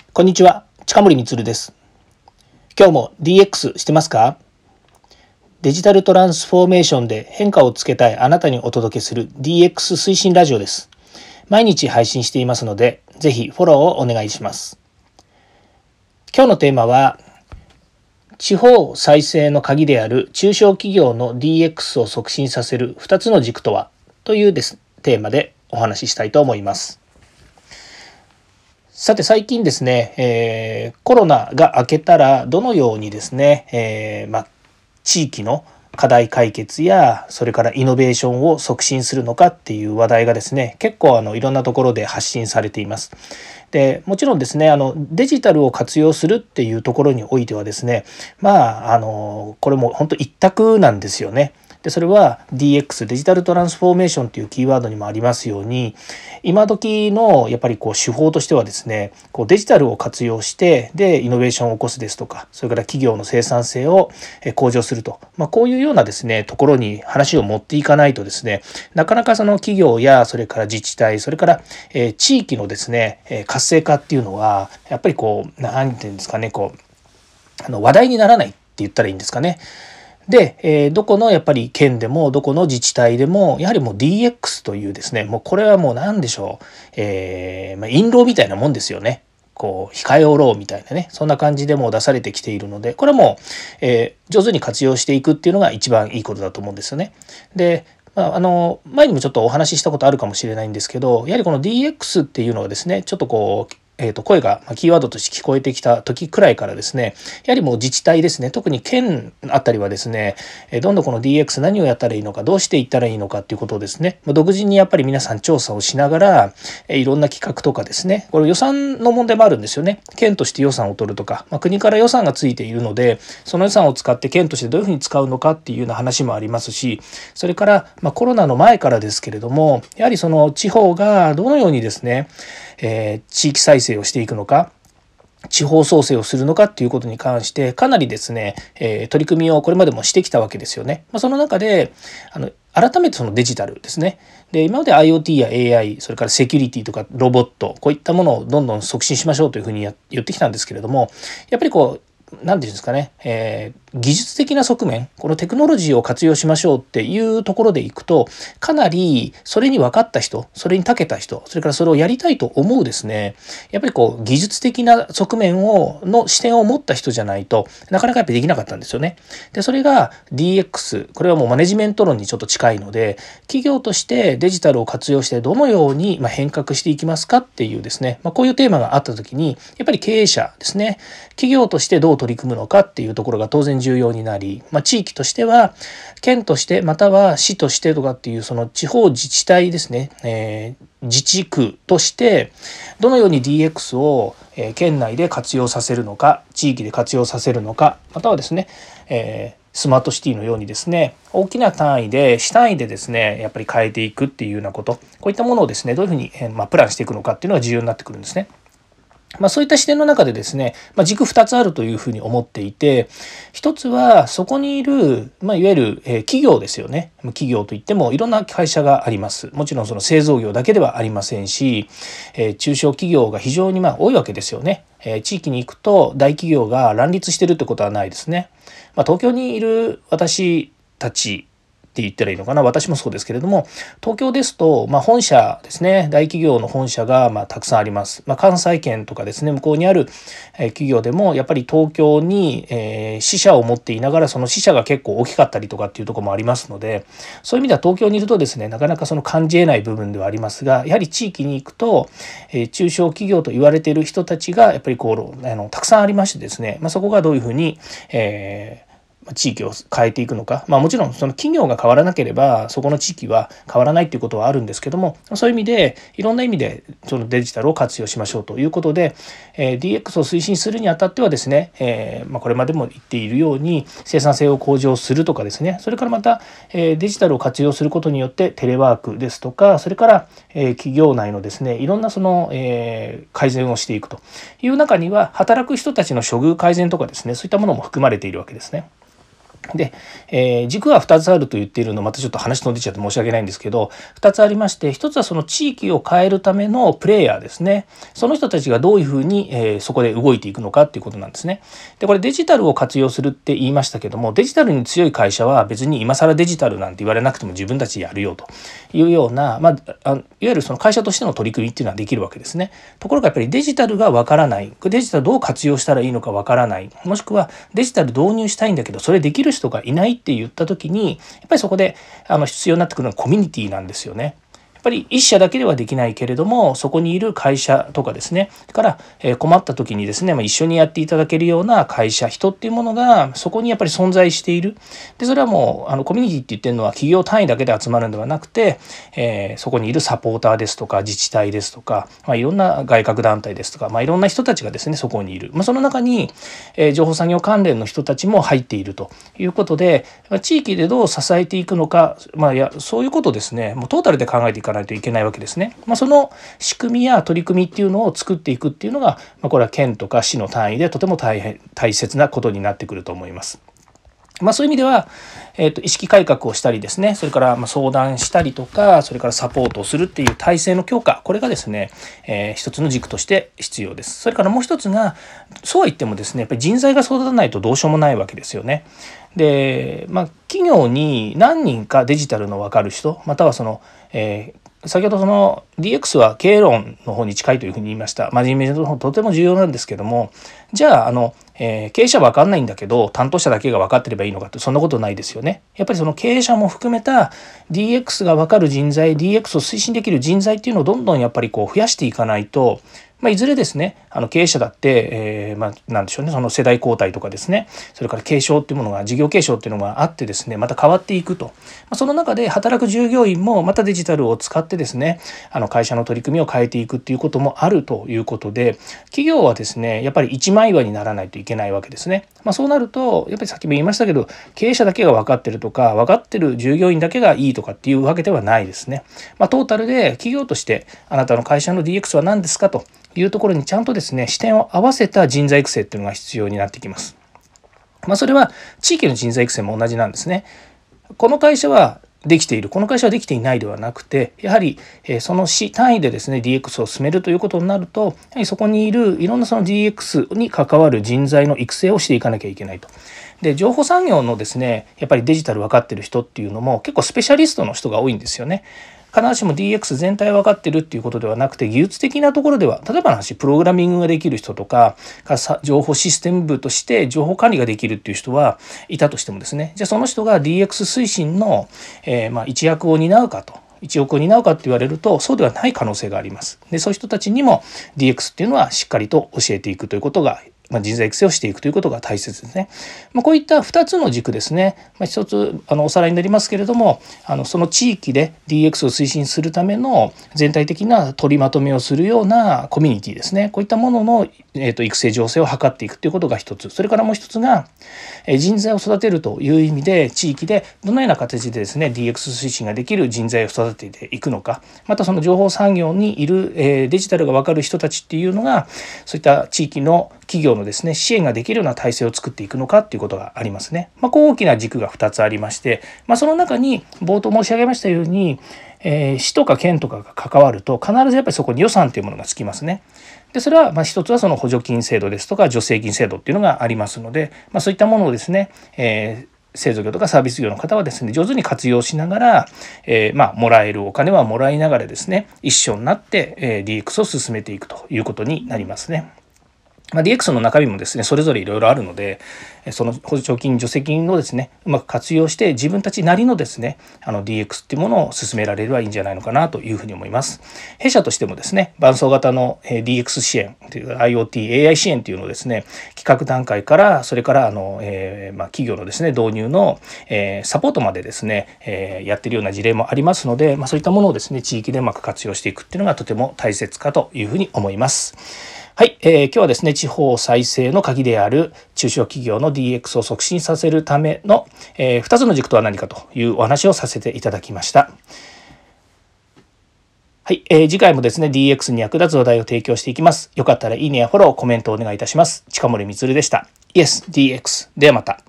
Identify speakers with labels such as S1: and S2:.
S1: こんにちは、近森光です。今日も DX してますか？デジタルトランスフォーメーションで変化をつけたいあなたにお届けする DX 推進ラジオです。毎日配信していますので、ぜひフォローをお願いします。今日のテーマは、地方再生の鍵である中小企業の DX を促進させる2つの軸とはというテーマでお話ししたいと思います。さて最近ですね、コロナが明けたらどのようにですね、地域の課題解決やそれからイノベーションを促進するのかっていう話題がですね、結構いろんなところで発信されています。でもちろんですね、デジタルを活用するっていうところにおいてはですね、これも本当一択なんですよね。でそれは DX デジタルトランスフォーメーションというキーワードにもありますように、今時のやっぱり手法としてはですね、デジタルを活用してでイノベーションを起こすですとか、それから企業の生産性を向上すると、こういうようなですねところに話を持っていかないとですね、なかなかその企業やそれから自治体、それから地域のですね活性化っていうのはやっぱり何て言うんですかね、話題にならないって言ったらいいんですかね。で、どこのやっぱり県でもどこの自治体でもやはりもう DX というですね、もうこれはもう何でしょう、印籠みたいなもんですよね。控えおろうみたいなね、そんな感じでもう出されてきているので、これはもう、上手に活用していくっていうのが一番いいことだと思うんですよね。で前にもちょっとお話ししたことあるかもしれないんですけど、やはりこの DX っていうのがですね、ちょっと声がキーワードとして聞こえてきた時くらいからですね、やはりもう自治体ですね、特に県あたりはですね、どんどんこの DX 何をやったらいいのか、どうしていったらいいのかっていうことをですね、独自にやっぱり皆さん調査をしながら、いろんな企画とかですね、これ予算の問題もあるんですよね。県として予算を取るとか、国から予算がついているので、その予算を使って県としてどういうふうに使うのかっていうような話もありますし、それからコロナの前からですけれども、やはりその地方がどのようにですね、地域再生をしていくのか、地方創生をするのかっていうことに関してかなりですね、取り組みをこれまでもしてきたわけですよね。その中で改めてそのデジタルですね。で今まで IoT や AI、 それからセキュリティとかロボット、こういったものをどんどん促進しましょうというふうに言ってきたんですけれども、やっぱり何て言うんですかね、技術的な側面、このテクノロジーを活用しましょうっていうところでいくと、かなりそれに分かった人、それに長けた人、それからそれをやりたいと思うですね、やっぱり技術的な側面の視点を持った人じゃないとなかなかやっぱりできなかったんですよね。でそれが DX、 これはもうマネジメント論にちょっと近いので、企業としてデジタルを活用してどのように変革していきますかっていうですね、こういうテーマがあった時に、やっぱり経営者ですね、企業としてどう取り組むのかっていうところが当然重要になり、地域としては県としてまたは市としてとかっていうその地方自治体ですね、自治区としてどのように DX を県内で活用させるのか、地域で活用させるのか、またはですね、スマートシティのようにですね、大きな単位で市単位でですねやっぱり変えていくっていうようなこと、こういったものをですねどういうふうにプランしていくのかっていうのが重要になってくるんですね。そういった視点の中でですね、軸2つあるというふうに思っていて、一つはそこにいる、いわゆる企業ですよね。企業といってもいろんな会社があります。もちろんその製造業だけではありませんし、中小企業が非常に多いわけですよね。地域に行くと大企業が乱立してるってことはないですね。東京にいる私たちって言ったらいいのかな、私もそうですけれども、東京ですと、本社ですね、大企業の本社がたくさんあります。関西圏とかですね、向こうにある企業でもやっぱり東京に支社を持っていながら、その支社が結構大きかったりとかっていうところもありますので、そういう意味では東京にいるとですね、なかなか感じ得ない部分ではありますが、やはり地域に行くと中小企業と言われている人たちがやっぱりたくさんありましてですね、そこがどういうふうに地域を変えていくのか、もちろんその企業が変わらなければそこの地域は変わらないっていうことはあるんですけども、そういう意味でいろんな意味でそのデジタルを活用しましょうということで、DX を推進するにあたってはですね、これまでも言っているように生産性を向上するとかですね、それからまたデジタルを活用することによってテレワークですとか、それから企業内のですねいろんな改善をしていくという中には、働く人たちの処遇改善とかですね、そういったものも含まれているわけですね。 で、軸が2つあると言っているのまたちょっと話飛んでちゃって申し訳ないんですけど、2つありまして、1つはその地域を変えるためのプレイヤーですね。その人たちがどういうふうに、そこで動いていくのかっていうことなんですね。でこれデジタルを活用するって言いましたけども、デジタルに強い会社は別に今更デジタルなんて言われなくても自分たちでやるよというような、いわゆるその会社としての取り組みっていうのはできるわけですね。ところがやっぱりデジタルがわからない、デジタルどう活用したらいいのかわからない、もしくはデジタル導入したいんだけどそれできる人がいないって言った時に、やっぱりそこで必要になってくるのはコミュニティなんですよね。やっぱり一社だけではできないけれども、そこにいる会社とかですね、から、困った時にですね、一緒にやっていただけるような会社、人っていうものがそこにやっぱり存在している。でそれはもうコミュニティって言ってるのは企業単位だけで集まるのではなくて、そこにいるサポーターですとか自治体ですとか、いろんな外郭団体ですとか、いろんな人たちがですねそこにいる。その中に、情報産業関連の人たちも入っているということで、地域でどう支えていくのか、そういうことですね、もうトータルで考えていかないといけないわけですね。その仕組みや取り組みっていうのを作っていくっていうのが、これは県とか市の単位でとても大切なことになってくると思います。そういう意味では、意識改革をしたりですね、それから相談したりとか、それからサポートをするっていう体制の強化、これがですね、一つの軸として必要です。それからもう一つが、そうは言ってもですね、やっぱり人材が育たないとどうしようもないわけですよね。で、企業に何人かデジタルの分かる人、または先ほどその DX は経営論の方に近いというふうに言いました。真面目な方とても重要なんですけども、じゃあ経営者は分かんないんだけど担当者だけが分かってればいいのかって、そんなことないですよね。やっぱりその経営者も含めた DX が分かる人材、DX を推進できる人材っていうのをどんどんやっぱり増やしていかないと、いずれですね経営者だって、なんでしょうね、その世代交代とかですね、それから継承っていうものが、事業継承っていうのがあってですね、また変わっていくと、その中で働く従業員もまたデジタルを使ってですね、会社の取り組みを変えていくっていうこともあるということで、企業はですねやっぱり一枚岩にならないといけないわけですね。そうなるとやっぱりさっきも言いましたけど、経営者だけが分かってるとか、分かってる従業員だけがいいとかっていうわけではないですね。トータルで企業としてあなたの会社の DX は何ですかというところにちゃんとですね視点を合わせた人材育成っていうのが必要になってきます。それは地域の人材育成も同じなんですね。この会社はできている、この会社はできていないではなくて、やはりその市単位でですね DX を進めるということになると、やはりそこにいるいろんなその DX に関わる人材の育成をしていかなきゃいけないと。で情報産業のですねやっぱりデジタル分かってる人っていうのも結構スペシャリストの人が多いんですよね。必ずしも DX 全体分かってるっていうことではなくて、技術的なところでは、例えばの話プログラミングができる人とか、情報システム部として情報管理ができるっていう人はいたとしてもですね、じゃあその人が DX 推進の、一役を担うかと。一億を担うかって言われるとそうではない可能性があります。でそういう人たちにも DX っていうのはしっかりと教えていくということが、人材育成をしていくということが大切ですね。こういった2つの軸ですね。一つおさらいになりますけれども、その地域で DX を推進するための全体的な取りまとめをするようなコミュニティですね。こういったものの、育成醸成を図っていくということが一つ。それからもう一つが人材を育てるという意味で、地域でどのような形でですね DX 推進ができる人材を育てていくのか、またその情報産業にいるデジタルが分かる人たちっていうのが、そういった地域の企業のですね支援ができるような体制を作っていくのかっていうことがありますね。こう大きな軸が2つありまして、その中に冒頭申し上げましたように、市とか県とかが関わると必ずやっぱりそこに予算というものがつきますね。でそれは一つはその補助金制度ですとか助成金制度っていうのがありますので、そういったものをですね、製造業とかサービス業の方はですね上手に活用しながら、もらえるお金はもらいながらですね一緒になって、DX を進めていくということになりますね。DX の中身もですねそれぞれいろいろあるので、その補助金助成金をですねうまく活用して自分たちなりのですねDX っていうものを進められればいいんじゃないのかなというふうに思います。弊社としてもですね伴走型の DX 支援という IoT、AI 支援というのをですね企画段階からそれから企業のですね導入のサポートまでですねやっているような事例もありますので、そういったものをですね地域でうまく活用していくっていうのがとても大切かというふうに思います。はい、今日はですね地方再生の鍵である中小企業の DX を促進させるための、2つの軸とは何かというお話をさせていただきました。はい、次回もですね DX に役立つ話題を提供していきます。よかったらいいねやフォロー、コメントをお願いいたします。近森光でした。Yes, DX。ではまた。